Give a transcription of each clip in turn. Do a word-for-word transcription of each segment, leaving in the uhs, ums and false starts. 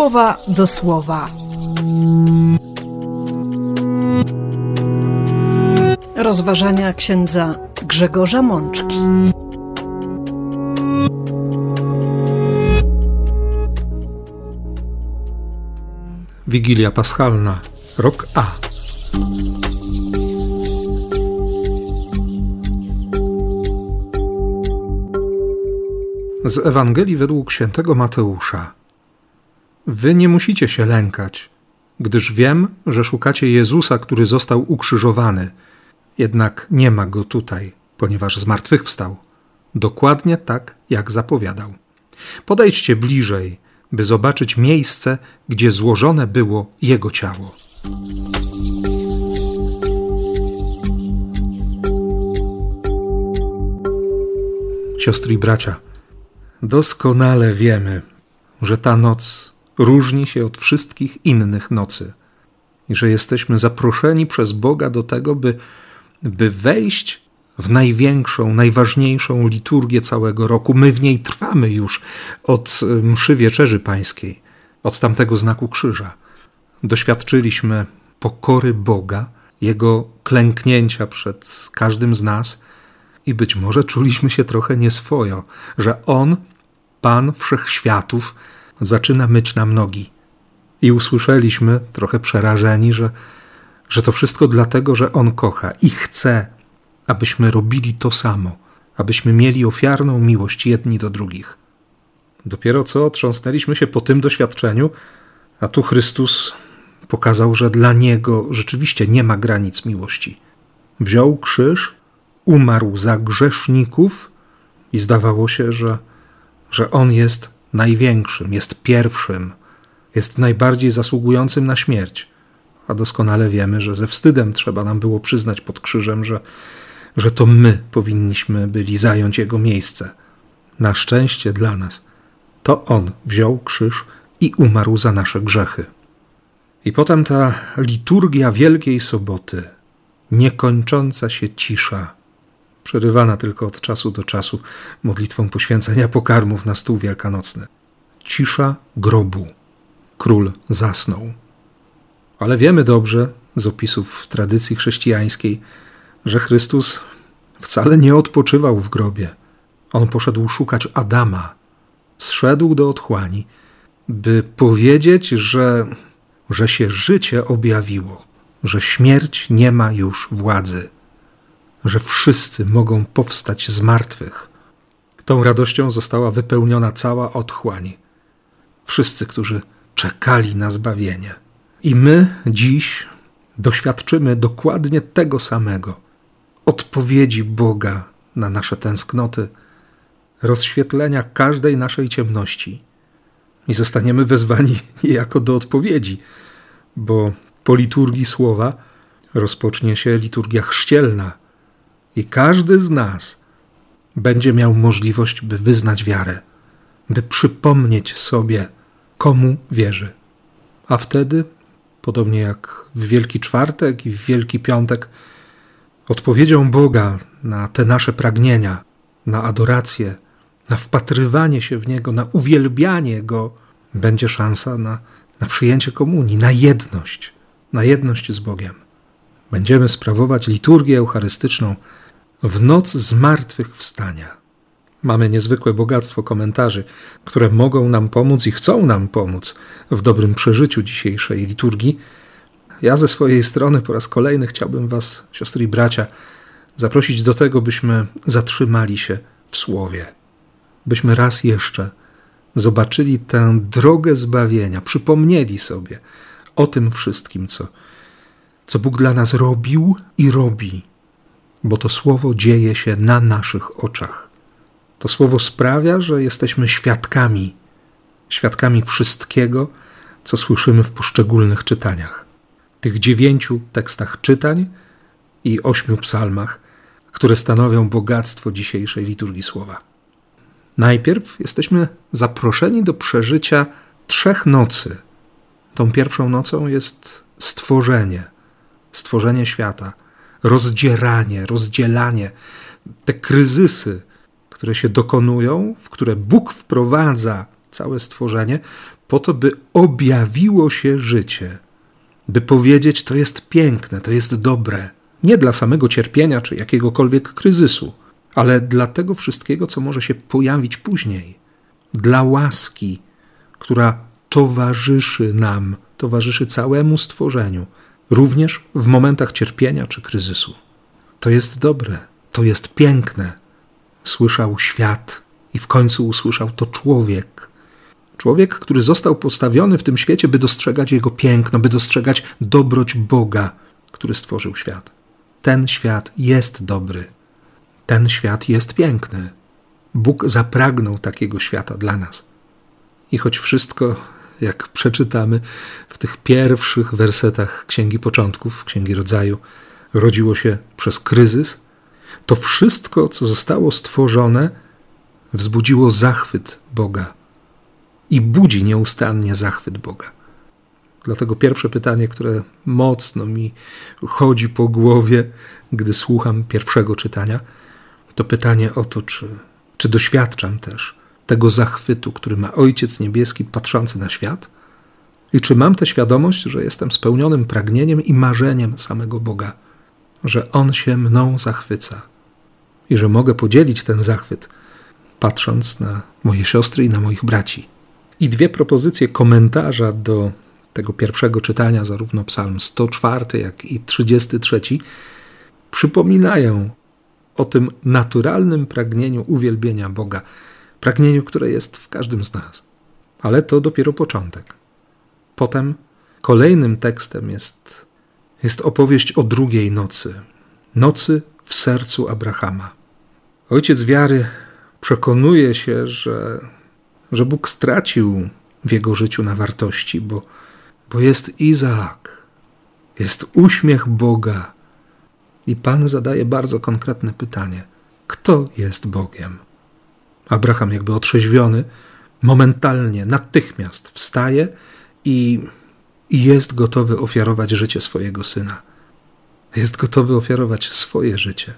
słowa do słowa. Rozważania księdza Grzegorza Mączki. Wigilia Paschalna, rok A. Z Ewangelii według świętego Mateusza. Wy nie musicie się lękać, gdyż wiem, że szukacie Jezusa, który został ukrzyżowany. Jednak nie ma Go tutaj, ponieważ zmartwychwstał. Dokładnie tak, jak zapowiadał. Podejdźcie bliżej, by zobaczyć miejsce, gdzie złożone było Jego ciało. Siostry i bracia, doskonale wiemy, że ta noc różni się od wszystkich innych nocy i że jesteśmy zaproszeni przez Boga do tego, by, by wejść w największą, najważniejszą liturgię całego roku. My w niej trwamy już od mszy Wieczerzy Pańskiej, od tamtego znaku krzyża. Doświadczyliśmy pokory Boga, Jego klęknięcia przed każdym z nas i być może czuliśmy się trochę nieswojo, że On, Pan Wszechświatów, zaczyna myć nam nogi. I usłyszeliśmy, trochę przerażeni, że, że to wszystko dlatego, że On kocha i chce, abyśmy robili to samo, abyśmy mieli ofiarną miłość jedni do drugich. Dopiero co otrząsnęliśmy się po tym doświadczeniu, a tu Chrystus pokazał, że dla Niego rzeczywiście nie ma granic miłości. Wziął krzyż, umarł za grzeszników i zdawało się, że, że On jest największym, jest pierwszym, jest najbardziej zasługującym na śmierć. A doskonale wiemy, że ze wstydem trzeba nam było przyznać pod krzyżem, że, że to my powinniśmy byli zająć Jego miejsce. Na szczęście dla nas to On wziął krzyż i umarł za nasze grzechy. I potem ta liturgia Wielkiej Soboty, niekończąca się cisza, przerywana tylko od czasu do czasu modlitwą poświęcenia pokarmów na stół wielkanocny. Cisza grobu. Król zasnął. Ale wiemy dobrze z opisów tradycji chrześcijańskiej, że Chrystus wcale nie odpoczywał w grobie. On poszedł szukać Adama. Zszedł do otchłani, by powiedzieć, że, że się życie objawiło, że śmierć nie ma już władzy, że wszyscy mogą powstać z martwych. Tą radością została wypełniona cała otchłań. Wszyscy, którzy czekali na zbawienie. I my dziś doświadczymy dokładnie tego samego. Odpowiedzi Boga na nasze tęsknoty, rozświetlenia każdej naszej ciemności. I zostaniemy wezwani niejako do odpowiedzi, bo po liturgii słowa rozpocznie się liturgia chrzcielna i każdy z nas będzie miał możliwość, by wyznać wiarę, by przypomnieć sobie, komu wierzy. A wtedy, podobnie jak w Wielki Czwartek i w Wielki Piątek, odpowiedzią Boga na te nasze pragnienia, na adorację, na wpatrywanie się w Niego, na uwielbianie Go, będzie szansa na, na przyjęcie komunii, na jedność, na jedność z Bogiem. Będziemy sprawować liturgię eucharystyczną w noc zmartwychwstania. Mamy niezwykłe bogactwo komentarzy, które mogą nam pomóc i chcą nam pomóc w dobrym przeżyciu dzisiejszej liturgii. Ja ze swojej strony po raz kolejny chciałbym was, siostry i bracia, zaprosić do tego, byśmy zatrzymali się w Słowie. Byśmy raz jeszcze zobaczyli tę drogę zbawienia, przypomnieli sobie o tym wszystkim, co, co Bóg dla nas robił i robi, bo to Słowo dzieje się na naszych oczach. To Słowo sprawia, że jesteśmy świadkami, świadkami wszystkiego, co słyszymy w poszczególnych czytaniach. Tych dziewięciu tekstach czytań i ośmiu psalmach, które stanowią bogactwo dzisiejszej liturgii Słowa. Najpierw jesteśmy zaproszeni do przeżycia trzech nocy. Tą pierwszą nocą jest stworzenie, stworzenie świata, rozdzieranie, rozdzielanie, te kryzysy, które się dokonują, w które Bóg wprowadza całe stworzenie po to, by objawiło się życie, by powiedzieć, to jest piękne, to jest dobre. Nie dla samego cierpienia czy jakiegokolwiek kryzysu, ale dla tego wszystkiego, co może się pojawić później. Dla łaski, która towarzyszy nam, towarzyszy całemu stworzeniu, również w momentach cierpienia czy kryzysu. To jest dobre, to jest piękne. Słyszał świat i w końcu usłyszał to człowiek. Człowiek, który został postawiony w tym świecie, by dostrzegać jego piękno, by dostrzegać dobroć Boga, który stworzył świat. Ten świat jest dobry. Ten świat jest piękny. Bóg zapragnął takiego świata dla nas. I choć wszystko, jak przeczytamy w tych pierwszych wersetach Księgi Początków, Księgi Rodzaju, rodziło się przez kryzys, to wszystko, co zostało stworzone, wzbudziło zachwyt Boga i budzi nieustannie zachwyt Boga. Dlatego pierwsze pytanie, które mocno mi chodzi po głowie, gdy słucham pierwszego czytania, to pytanie o to, czy, czy doświadczam też tego zachwytu, który ma Ojciec Niebieski patrzący na świat i czy mam tę świadomość, że jestem spełnionym pragnieniem i marzeniem samego Boga, że On się mną zachwyca i że mogę podzielić ten zachwyt, patrząc na moje siostry i na moich braci. I dwie propozycje komentarza do tego pierwszego czytania, zarówno psalm sto czwarty, jak i trzydziesty trzeci, przypominają o tym naturalnym pragnieniu uwielbienia Boga, pragnieniu, które jest w każdym z nas. Ale to dopiero początek. Potem kolejnym tekstem jest, jest opowieść o drugiej nocy, nocy w sercu Abrahama. Ojciec wiary przekonuje się, że, że Bóg stracił w jego życiu na wartości, bo, bo jest Izaak, jest uśmiech Boga. I Pan zadaje bardzo konkretne pytanie. Kto jest Bogiem? Abraham, jakby otrzeźwiony, momentalnie, natychmiast wstaje i, i jest gotowy ofiarować życie swojego syna. Jest gotowy ofiarować swoje życie,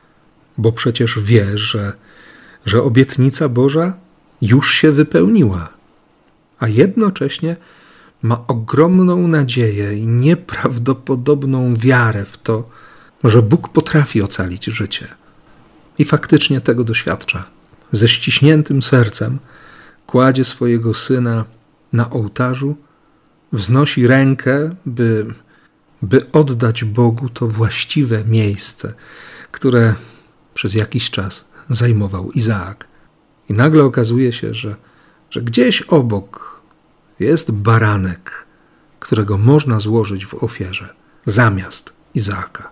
bo przecież wie, że, że obietnica Boża już się wypełniła, a jednocześnie ma ogromną nadzieję i nieprawdopodobną wiarę w to, że Bóg potrafi ocalić życie. I faktycznie tego doświadcza. Ze ściśniętym sercem kładzie swojego syna na ołtarzu, wznosi rękę, by, by oddać Bogu to właściwe miejsce, które przez jakiś czas zajmował Izaak. I nagle okazuje się, że, że gdzieś obok jest baranek, którego można złożyć w ofierze zamiast Izaaka.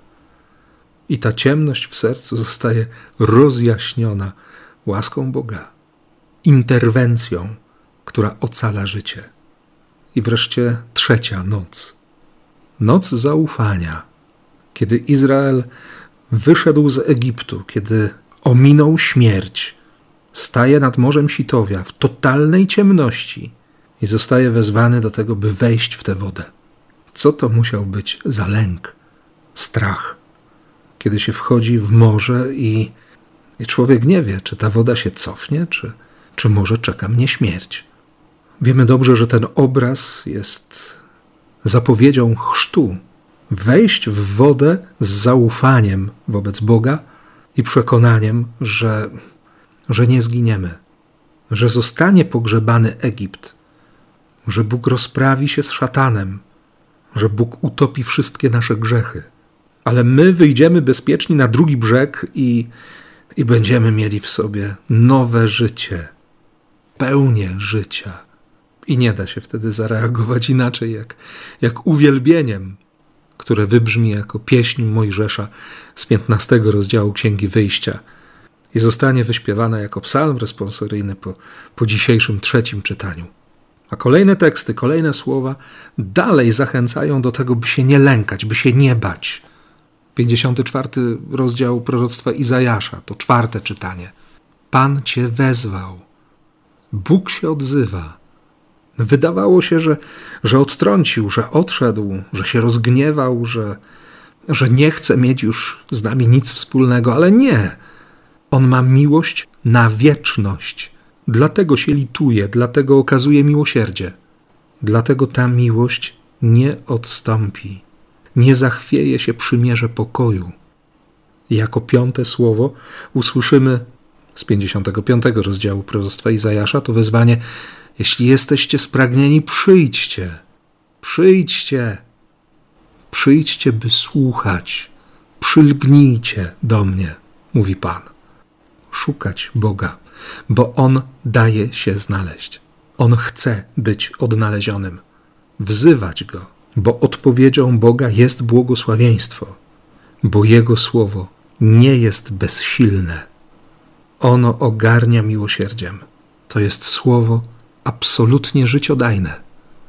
I ta ciemność w sercu zostaje rozjaśniona łaską Boga, interwencją, która ocala życie. I wreszcie trzecia noc. Noc zaufania, kiedy Izrael wyszedł z Egiptu, kiedy ominął śmierć, staje nad Morzem Sitowia w totalnej ciemności i zostaje wezwany do tego, by wejść w tę wodę. Co to musiał być za lęk, strach, kiedy się wchodzi w morze i, i człowiek nie wie, czy ta woda się cofnie, czy, czy może czeka mnie śmierć. Wiemy dobrze, że ten obraz jest zapowiedzią chrztu. Wejść w wodę z zaufaniem wobec Boga i przekonaniem, że, że nie zginiemy, że zostanie pogrzebany Egipt, że Bóg rozprawi się z szatanem, że Bóg utopi wszystkie nasze grzechy. Ale my wyjdziemy bezpieczni na drugi brzeg i, i będziemy mieli w sobie nowe życie, pełnię życia. I nie da się wtedy zareagować inaczej jak, jak uwielbieniem, które wybrzmi jako pieśń Mojżesza z piętnastego rozdziału Księgi Wyjścia i zostanie wyśpiewana jako psalm responsoryjny po, po dzisiejszym trzecim czytaniu. A kolejne teksty, kolejne słowa dalej zachęcają do tego, by się nie lękać, by się nie bać. pięćdziesiąty czwarty rozdział proroctwa Izajasza, to czwarte czytanie. Pan cię wezwał. Bóg się odzywa. Wydawało się, że, że odtrącił, że odszedł, że się rozgniewał, że, że nie chce mieć już z nami nic wspólnego, ale nie. On ma miłość na wieczność. Dlatego się lituje, dlatego okazuje miłosierdzie. Dlatego ta miłość nie odstąpi, nie zachwieje się przymierze pokoju. I jako piąte słowo usłyszymy z pięćdziesiątego piątego rozdziału proroctwa Izajasza to wezwanie: jeśli jesteście spragnieni, przyjdźcie, przyjdźcie, przyjdźcie, by słuchać, przylgnijcie do mnie, mówi Pan. Szukać Boga, bo On daje się znaleźć. On chce być odnalezionym. Wzywać Go, bo odpowiedzią Boga jest błogosławieństwo, bo Jego słowo nie jest bezsilne. Ono ogarnia miłosierdziem. To jest słowo absolutnie życiodajne.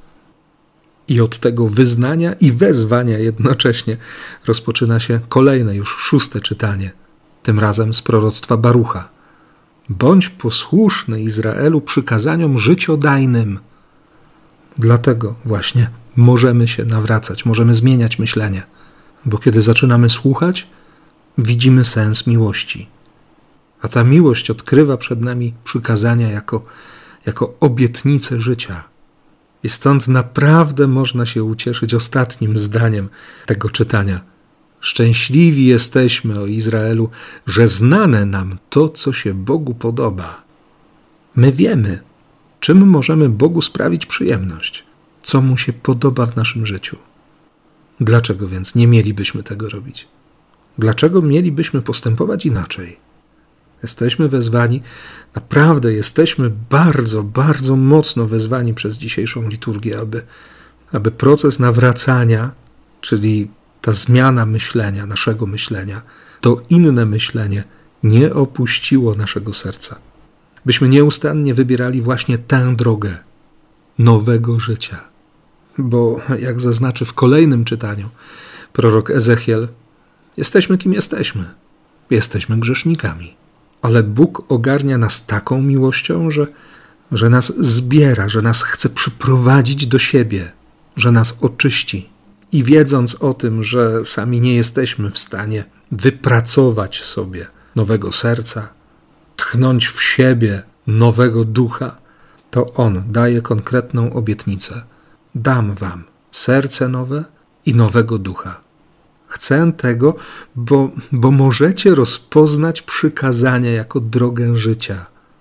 I od tego wyznania i wezwania jednocześnie rozpoczyna się kolejne, już szóste czytanie, tym razem z proroctwa Barucha. Bądź posłuszny, Izraelu, przykazaniom życiodajnym. Dlatego właśnie możemy się nawracać, możemy zmieniać myślenie, bo kiedy zaczynamy słuchać, widzimy sens miłości. A ta miłość odkrywa przed nami przykazania jako, jako obietnicę życia. I stąd naprawdę można się ucieszyć ostatnim zdaniem tego czytania. Szczęśliwi jesteśmy, o Izraelu, że znane nam to, co się Bogu podoba. My wiemy, czym możemy Bogu sprawić przyjemność, co Mu się podoba w naszym życiu. Dlaczego więc nie mielibyśmy tego robić? Dlaczego mielibyśmy postępować inaczej? Jesteśmy wezwani, naprawdę jesteśmy bardzo, bardzo mocno wezwani przez dzisiejszą liturgię, aby, aby proces nawracania, czyli ta zmiana myślenia, naszego myślenia, to inne myślenie nie opuściło naszego serca. Byśmy nieustannie wybierali właśnie tę drogę nowego życia. Bo jak zaznaczy w kolejnym czytaniu prorok Ezechiel, jesteśmy kim jesteśmy. Jesteśmy grzesznikami. Ale Bóg ogarnia nas taką miłością, że, że nas zbiera, że nas chce przyprowadzić do siebie, że nas oczyści. I wiedząc o tym, że sami nie jesteśmy w stanie wypracować sobie nowego serca, tchnąć w siebie nowego ducha, to On daje konkretną obietnicę. Dam wam serce nowe i nowego ducha. Chcę tego, bo, bo możecie rozpoznać przykazania jako drogę życia.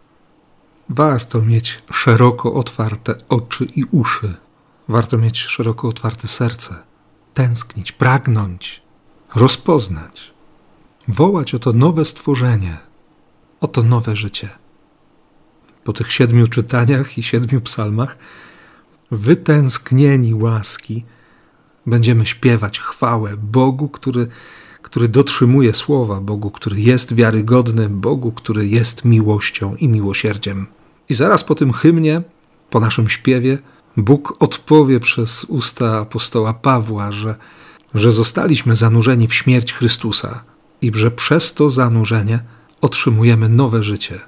Warto mieć szeroko otwarte oczy i uszy. Warto mieć szeroko otwarte serce. Tęsknić, pragnąć, rozpoznać. Wołać o to nowe stworzenie, o to nowe życie. Po tych siedmiu czytaniach i siedmiu psalmach, wytęsknieni łaski, będziemy śpiewać chwałę Bogu, który, który dotrzymuje słowa, Bogu, który jest wiarygodny, Bogu, który jest miłością i miłosierdziem. I zaraz po tym hymnie, po naszym śpiewie, Bóg odpowie przez usta apostoła Pawła, że, że zostaliśmy zanurzeni w śmierć Chrystusa i że przez to zanurzenie otrzymujemy nowe życie.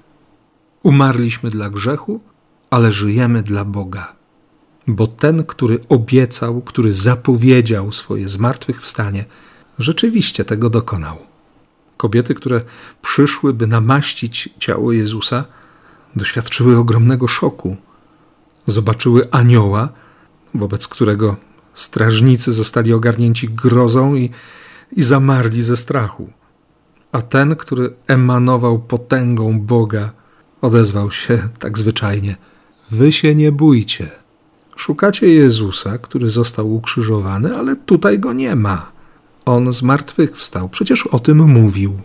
Umarliśmy dla grzechu, ale żyjemy dla Boga. Bo ten, który obiecał, który zapowiedział swoje zmartwychwstanie, rzeczywiście tego dokonał. Kobiety, które przyszły, by namaścić ciało Jezusa, doświadczyły ogromnego szoku. Zobaczyły anioła, wobec którego strażnicy zostali ogarnięci grozą i, i zamarli ze strachu. A ten, który emanował potęgą Boga, odezwał się tak zwyczajnie: wy się nie bójcie. Szukacie Jezusa, który został ukrzyżowany, ale tutaj go nie ma. On zmartwychwstał, przecież o tym mówił.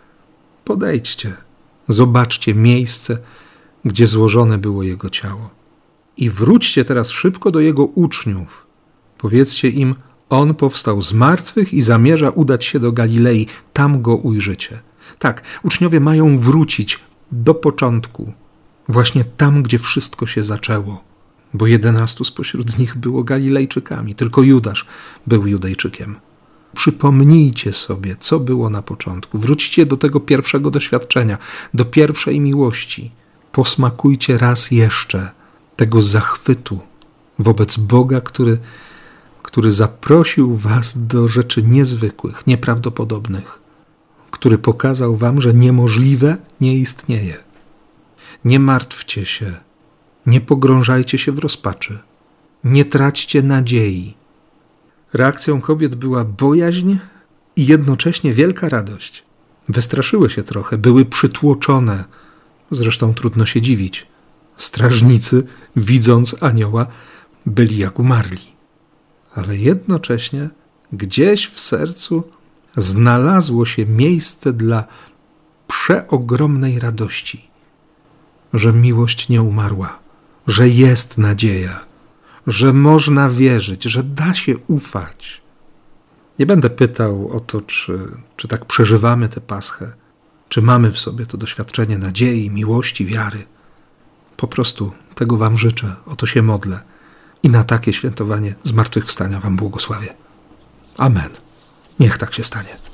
Podejdźcie, zobaczcie miejsce, gdzie złożone było jego ciało. I wróćcie teraz szybko do jego uczniów. Powiedzcie im, on powstał z martwych i zamierza udać się do Galilei, tam go ujrzycie. Tak, uczniowie mają wrócić do początku, właśnie tam, gdzie wszystko się zaczęło. Bo jedenastu spośród nich było Galilejczykami, tylko Judasz był Judejczykiem. Przypomnijcie sobie, co było na początku. Wróćcie do tego pierwszego doświadczenia, do pierwszej miłości. Posmakujcie raz jeszcze tego zachwytu wobec Boga, który, który zaprosił was do rzeczy niezwykłych, nieprawdopodobnych, który pokazał wam, że niemożliwe nie istnieje. Nie martwcie się. Nie pogrążajcie się w rozpaczy. Nie traćcie nadziei. Reakcją kobiet była bojaźń i jednocześnie wielka radość. Wystraszyły się trochę, były przytłoczone. Zresztą trudno się dziwić. Strażnicy, widząc anioła, byli jak umarli. Ale jednocześnie gdzieś w sercu znalazło się miejsce dla przeogromnej radości, że miłość nie umarła, że jest nadzieja, że można wierzyć, że da się ufać. Nie będę pytał o to, czy, czy tak przeżywamy tę Paschę, czy mamy w sobie to doświadczenie nadziei, miłości, wiary. Po prostu tego wam życzę, o to się modlę i na takie świętowanie zmartwychwstania wam błogosławię. Amen. Niech tak się stanie.